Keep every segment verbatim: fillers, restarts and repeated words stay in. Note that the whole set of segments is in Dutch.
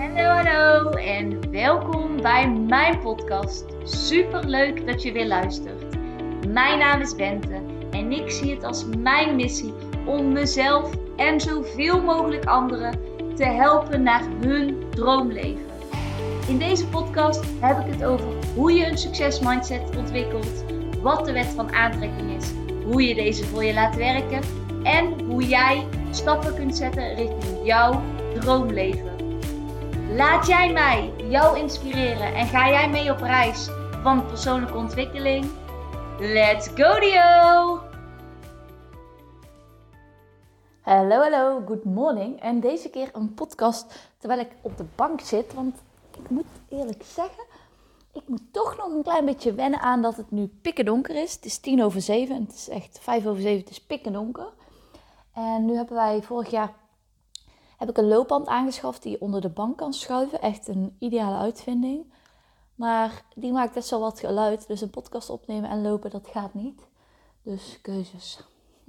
Hallo, hallo en welkom bij mijn podcast. Super leuk dat je weer luistert. Mijn naam is Bente en ik zie het als mijn missie om mezelf en zoveel mogelijk anderen te helpen naar hun droomleven. In deze podcast heb ik het over hoe je een succesmindset ontwikkelt, wat de wet van aantrekking is, hoe je deze voor je laat werken en hoe jij stappen kunt zetten richting jouw droomleven. Laat jij mij jou inspireren en ga jij mee op reis van persoonlijke ontwikkeling? Let's go Dio! Hallo, hallo, good morning. En deze keer een podcast terwijl ik op de bank zit. Want ik moet eerlijk zeggen, ik moet toch nog een klein beetje wennen aan dat het nu pikkendonker is. Het is tien over zeven en het is echt vijf over zeven, het is pikkendonker. En nu hebben wij vorig jaar... heb ik een loopband aangeschaft die je onder de bank kan schuiven. Echt een ideale uitvinding. Maar die maakt best wel wat geluid. Dus een podcast opnemen en lopen, dat gaat niet. Dus keuzes.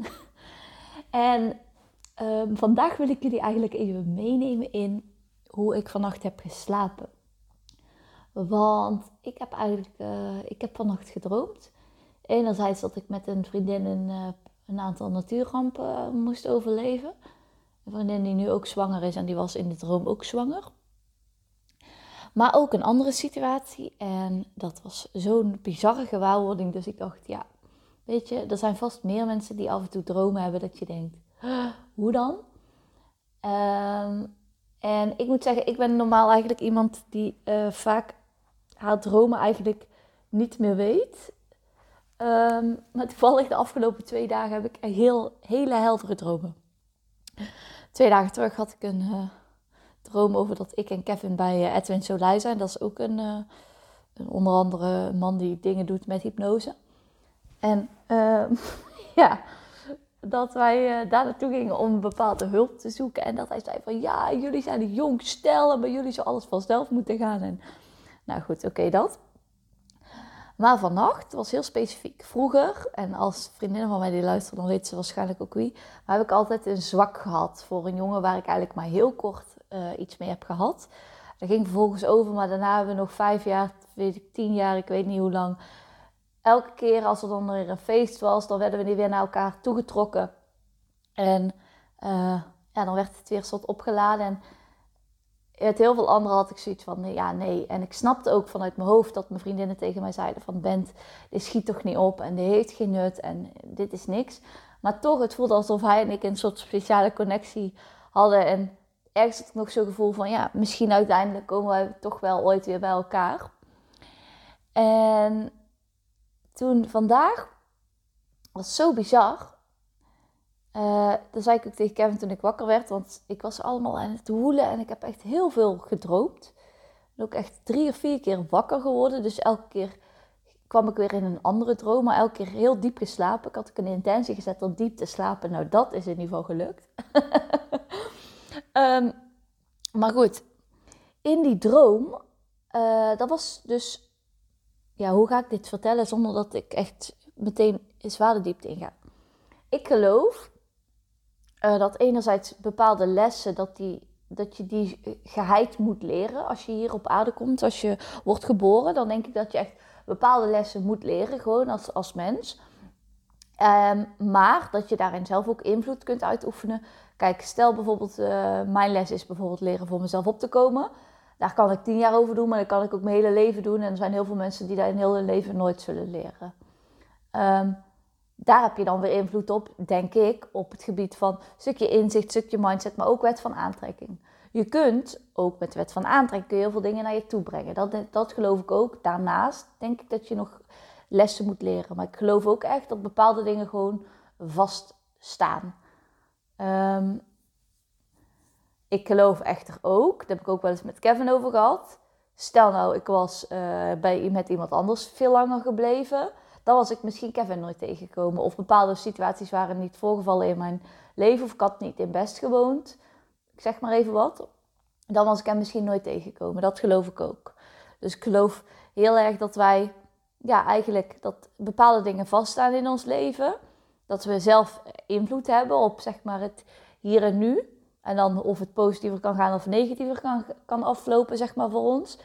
en um, vandaag wil ik jullie eigenlijk even meenemen in hoe ik vannacht heb geslapen. Want ik heb eigenlijk uh, ik heb vannacht gedroomd. Enerzijds dat ik met een vriendin een, uh, een aantal natuurrampen uh, moest overleven. Een vriendin die nu ook zwanger is en die was in de droom ook zwanger. Maar ook een andere situatie en dat was zo'n bizarre gewaarwording. Dus ik dacht, ja, weet je, er zijn vast meer mensen die af en toe dromen hebben dat je denkt, hoe dan? Um, en ik moet zeggen, ik ben normaal eigenlijk iemand die uh, vaak haar dromen eigenlijk niet meer weet. Um, maar toevallig de afgelopen twee dagen heb ik heel, hele heldere dromen. Twee dagen terug had ik een uh, droom over dat ik en Kevin bij uh, Edwin Solij zijn. Dat is ook een, uh, een onder andere man die dingen doet met hypnose. En uh, ja, dat wij uh, daar naartoe gingen om een bepaalde hulp te zoeken. En dat hij zei van ja, jullie zijn een jong stel en bij jullie zou alles vanzelf moeten gaan. En nou goed, oké okay, dat. Maar vannacht was heel specifiek. Vroeger, en als vriendinnen van mij die luisteren, dan weten ze waarschijnlijk ook wie. Maar heb ik altijd een zwak gehad voor een jongen waar ik eigenlijk maar heel kort uh, iets mee heb gehad. Dat ging vervolgens over, maar daarna hebben we nog vijf jaar, weet ik, tien jaar, ik weet niet hoe lang. Elke keer als er dan weer een feest was, dan werden we weer naar elkaar toegetrokken. En uh, ja, dan werd het weer een soort opgeladen. En met heel veel anderen had ik zoiets van, ja, nee. En ik snapte ook vanuit mijn hoofd dat mijn vriendinnen tegen mij zeiden van, Bent, dit schiet toch niet op en dit heeft geen nut en dit is niks. Maar toch, het voelde alsof hij en ik een soort speciale connectie hadden. En ergens had ik nog zo'n gevoel van, ja, misschien uiteindelijk komen wij toch wel ooit weer bij elkaar. En toen vandaag, was zo bizar. Uh, dat zei ik ook tegen Kevin toen ik wakker werd, want ik was allemaal aan het woelen en ik heb echt heel veel gedroomd. Ik ben ook echt drie of vier keer wakker geworden, dus elke keer kwam ik weer in een andere droom, maar elke keer heel diep geslapen. Ik had ook een intentie gezet om diep te slapen, nou dat is in ieder geval gelukt. um, maar goed, in die droom, uh, dat was dus, ja, hoe ga ik dit vertellen zonder dat ik echt meteen in zware diepte inga? Ik geloof uh, dat enerzijds bepaalde lessen, dat, die, dat je die geheid moet leren als je hier op aarde komt. Als je wordt geboren, dan denk ik dat je echt bepaalde lessen moet leren, gewoon als, als mens. Um, maar dat je daarin zelf ook invloed kunt uitoefenen. Kijk, stel bijvoorbeeld, uh, mijn les is bijvoorbeeld leren voor mezelf op te komen. Daar kan ik tien jaar over doen, maar dat kan ik ook mijn hele leven doen. En er zijn heel veel mensen die dat in heel hun leven nooit zullen leren. Um, Daar heb je dan weer invloed op, denk ik, op het gebied van stukje inzicht, stukje mindset, maar ook wet van aantrekking. Je kunt ook met de wet van aantrekking kun je heel veel dingen naar je toe brengen. Dat, dat geloof ik ook. Daarnaast denk ik dat je nog lessen moet leren. Maar ik geloof ook echt dat bepaalde dingen gewoon vaststaan. Um, ik geloof echter ook, daar heb ik ook wel eens met Kevin over gehad. Stel nou, ik was uh, bij, met iemand anders veel langer gebleven. Dan was ik misschien Kevin nooit tegengekomen. Of bepaalde situaties waren niet voorgevallen in mijn leven. Of ik had niet in Best gewoond. Ik zeg maar even wat. Dan was ik hem misschien nooit tegengekomen. Dat geloof ik ook. Dus ik geloof heel erg dat wij, ja, eigenlijk dat bepaalde dingen vaststaan in ons leven. Dat we zelf invloed hebben op, zeg maar, het hier en nu. En dan of het positiever kan gaan of negatiever kan, kan aflopen, zeg maar, voor ons.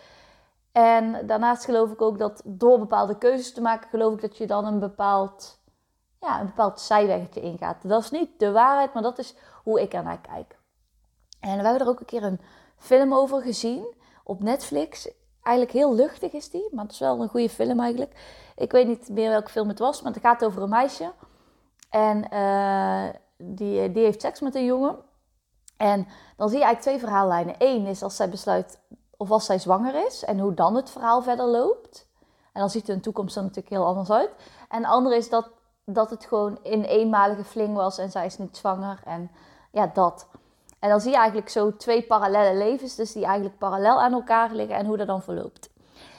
En daarnaast geloof ik ook dat door bepaalde keuzes te maken, geloof ik dat je dan een bepaald, ja, een bepaald zijweggetje ingaat. Dat is niet de waarheid, maar dat is hoe ik ernaar kijk. En we hebben er ook een keer een film over gezien op Netflix. Eigenlijk heel luchtig is die, maar het is wel een goede film eigenlijk. Ik weet niet meer welke film het was, maar het gaat over een meisje. En uh, die, die heeft seks met een jongen. En dan zie je eigenlijk twee verhaallijnen. Eén is als zij besluit, of als zij zwanger is en hoe dan het verhaal verder loopt. En dan ziet de toekomst er natuurlijk heel anders uit. En de andere is dat, dat het gewoon in eenmalige fling was en zij is niet zwanger. En ja, dat. En dan zie je eigenlijk zo twee parallele levens, dus die eigenlijk parallel aan elkaar liggen en hoe dat dan verloopt.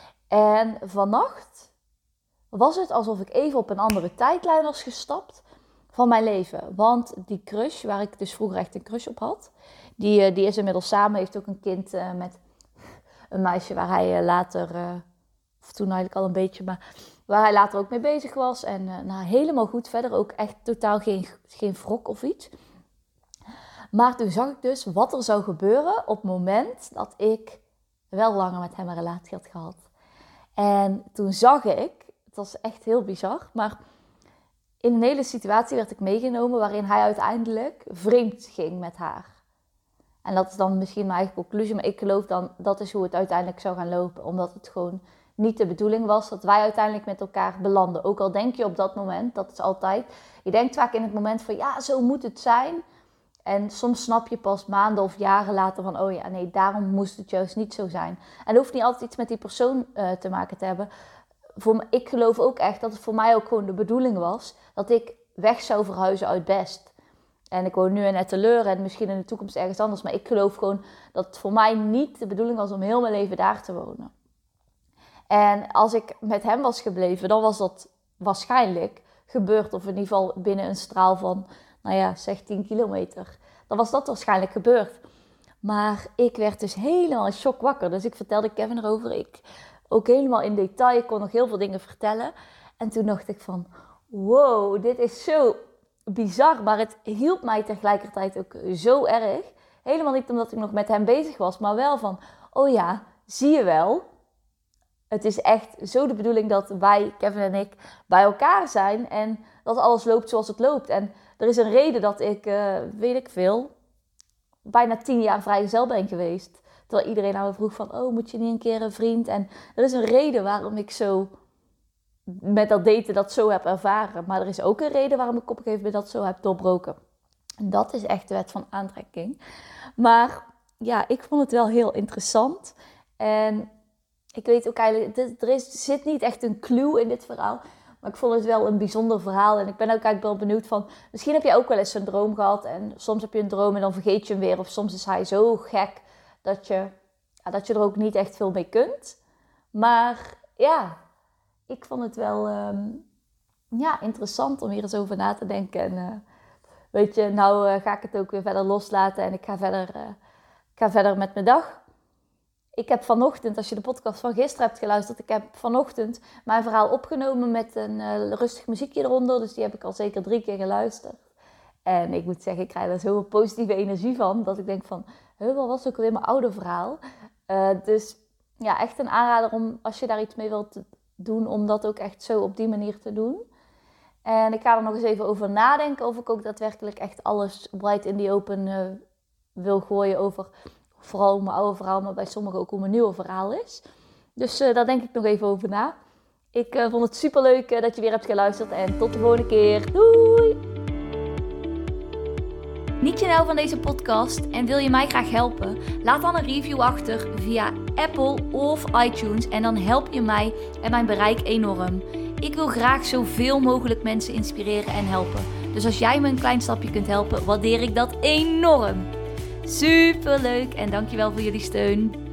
En vannacht was het alsof ik even op een andere tijdlijn was gestapt van mijn leven. Want die crush, waar ik dus vroeger echt een crush op had, die, die is inmiddels samen, heeft ook een kind uh, met een meisje waar hij uh, later, uh, of toen eigenlijk al een beetje, maar waar hij later ook mee bezig was. En uh, nou, helemaal goed verder, ook echt totaal geen, geen wrok of iets. Maar toen zag ik dus wat er zou gebeuren op het moment dat ik wel langer met hem een relatie had gehad. En toen zag ik, het was echt heel bizar, maar in een hele situatie werd ik meegenomen waarin hij uiteindelijk vreemd ging met haar. En dat is dan misschien mijn eigen conclusie, maar ik geloof dan dat is hoe het uiteindelijk zou gaan lopen. Omdat het gewoon niet de bedoeling was dat wij uiteindelijk met elkaar belanden. Ook al denk je op dat moment, dat is altijd, je denkt vaak in het moment van ja, zo moet het zijn. En soms snap je pas maanden of jaren later van oh ja, nee, daarom moest het juist niet zo zijn. En het hoeft niet altijd iets met die persoon uh, te maken te hebben. Voor me, ik geloof ook echt dat het voor mij ook gewoon de bedoeling was dat ik weg zou verhuizen uit Best. En ik woon nu in Etteleur en misschien in de toekomst ergens anders. Maar ik geloof gewoon dat het voor mij niet de bedoeling was om heel mijn leven daar te wonen. En als ik met hem was gebleven, dan was dat waarschijnlijk gebeurd. Of in ieder geval binnen een straal van, nou ja, zeg tien kilometer. Dan was dat waarschijnlijk gebeurd. Maar ik werd dus helemaal in shock wakker. Dus ik vertelde Kevin erover. Ik ook helemaal in detail. Ik kon nog heel veel dingen vertellen. En toen dacht ik van, wow, dit is zo bizar. Maar het hielp mij tegelijkertijd ook zo erg. Helemaal niet omdat ik nog met hem bezig was. Maar wel van, oh ja, zie je wel. Het is echt zo de bedoeling dat wij, Kevin en ik, bij elkaar zijn. En dat alles loopt zoals het loopt. En er is een reden dat ik, uh, weet ik veel, bijna tien jaar vrijgezel ben geweest. Terwijl iedereen aan me vroeg van, oh, moet je niet een keer een vriend? En er is een reden waarom ik zo met dat daten dat zo heb ervaren. Maar er is ook een reden waarom ik op een gegeven moment dat zo heb doorbroken. En dat is echt de wet van aantrekking. Maar ja, ik vond het wel heel interessant. En ik weet ook eigenlijk, er is, zit niet echt een clue in dit verhaal. Maar ik vond het wel een bijzonder verhaal. En ik ben ook eigenlijk wel benieuwd van, misschien heb je ook wel eens een droom gehad. En soms heb je een droom en dan vergeet je hem weer. Of soms is hij zo gek dat je, ja, dat je er ook niet echt veel mee kunt. Maar ja, ik vond het wel um, ja, interessant om hier eens over na te denken. En uh, weet je, nou uh, ga ik het ook weer verder loslaten. En ik ga verder, uh, ik ga verder met mijn dag. Ik heb vanochtend, als je de podcast van gisteren hebt geluisterd, ik heb vanochtend mijn verhaal opgenomen met een uh, rustig muziekje eronder. Dus die heb ik al zeker drie keer geluisterd. En ik moet zeggen, ik krijg er zoveel positieve energie van, dat ik denk van, wat was ook weer mijn oude verhaal. Uh, dus ja, echt een aanrader om, als je daar iets mee wilt doen, om dat ook echt zo op die manier te doen. En ik ga er nog eens even over nadenken of ik ook daadwerkelijk echt alles wijd in die open uh, wil gooien over vooral mijn oude verhaal, maar bij sommigen ook hoe mijn nieuwe verhaal is. Dus uh, daar denk ik nog even over na. Ik uh, vond het superleuk uh, dat je weer hebt geluisterd en tot de volgende keer. Doei! Niet je nou van deze podcast en wil je mij graag helpen? Laat dan een review achter via Apple of iTunes en dan help je mij en mijn bereik enorm. Ik wil graag zoveel mogelijk mensen inspireren en helpen. Dus als jij me een klein stapje kunt helpen, waardeer ik dat enorm. Super leuk en dankjewel voor jullie steun.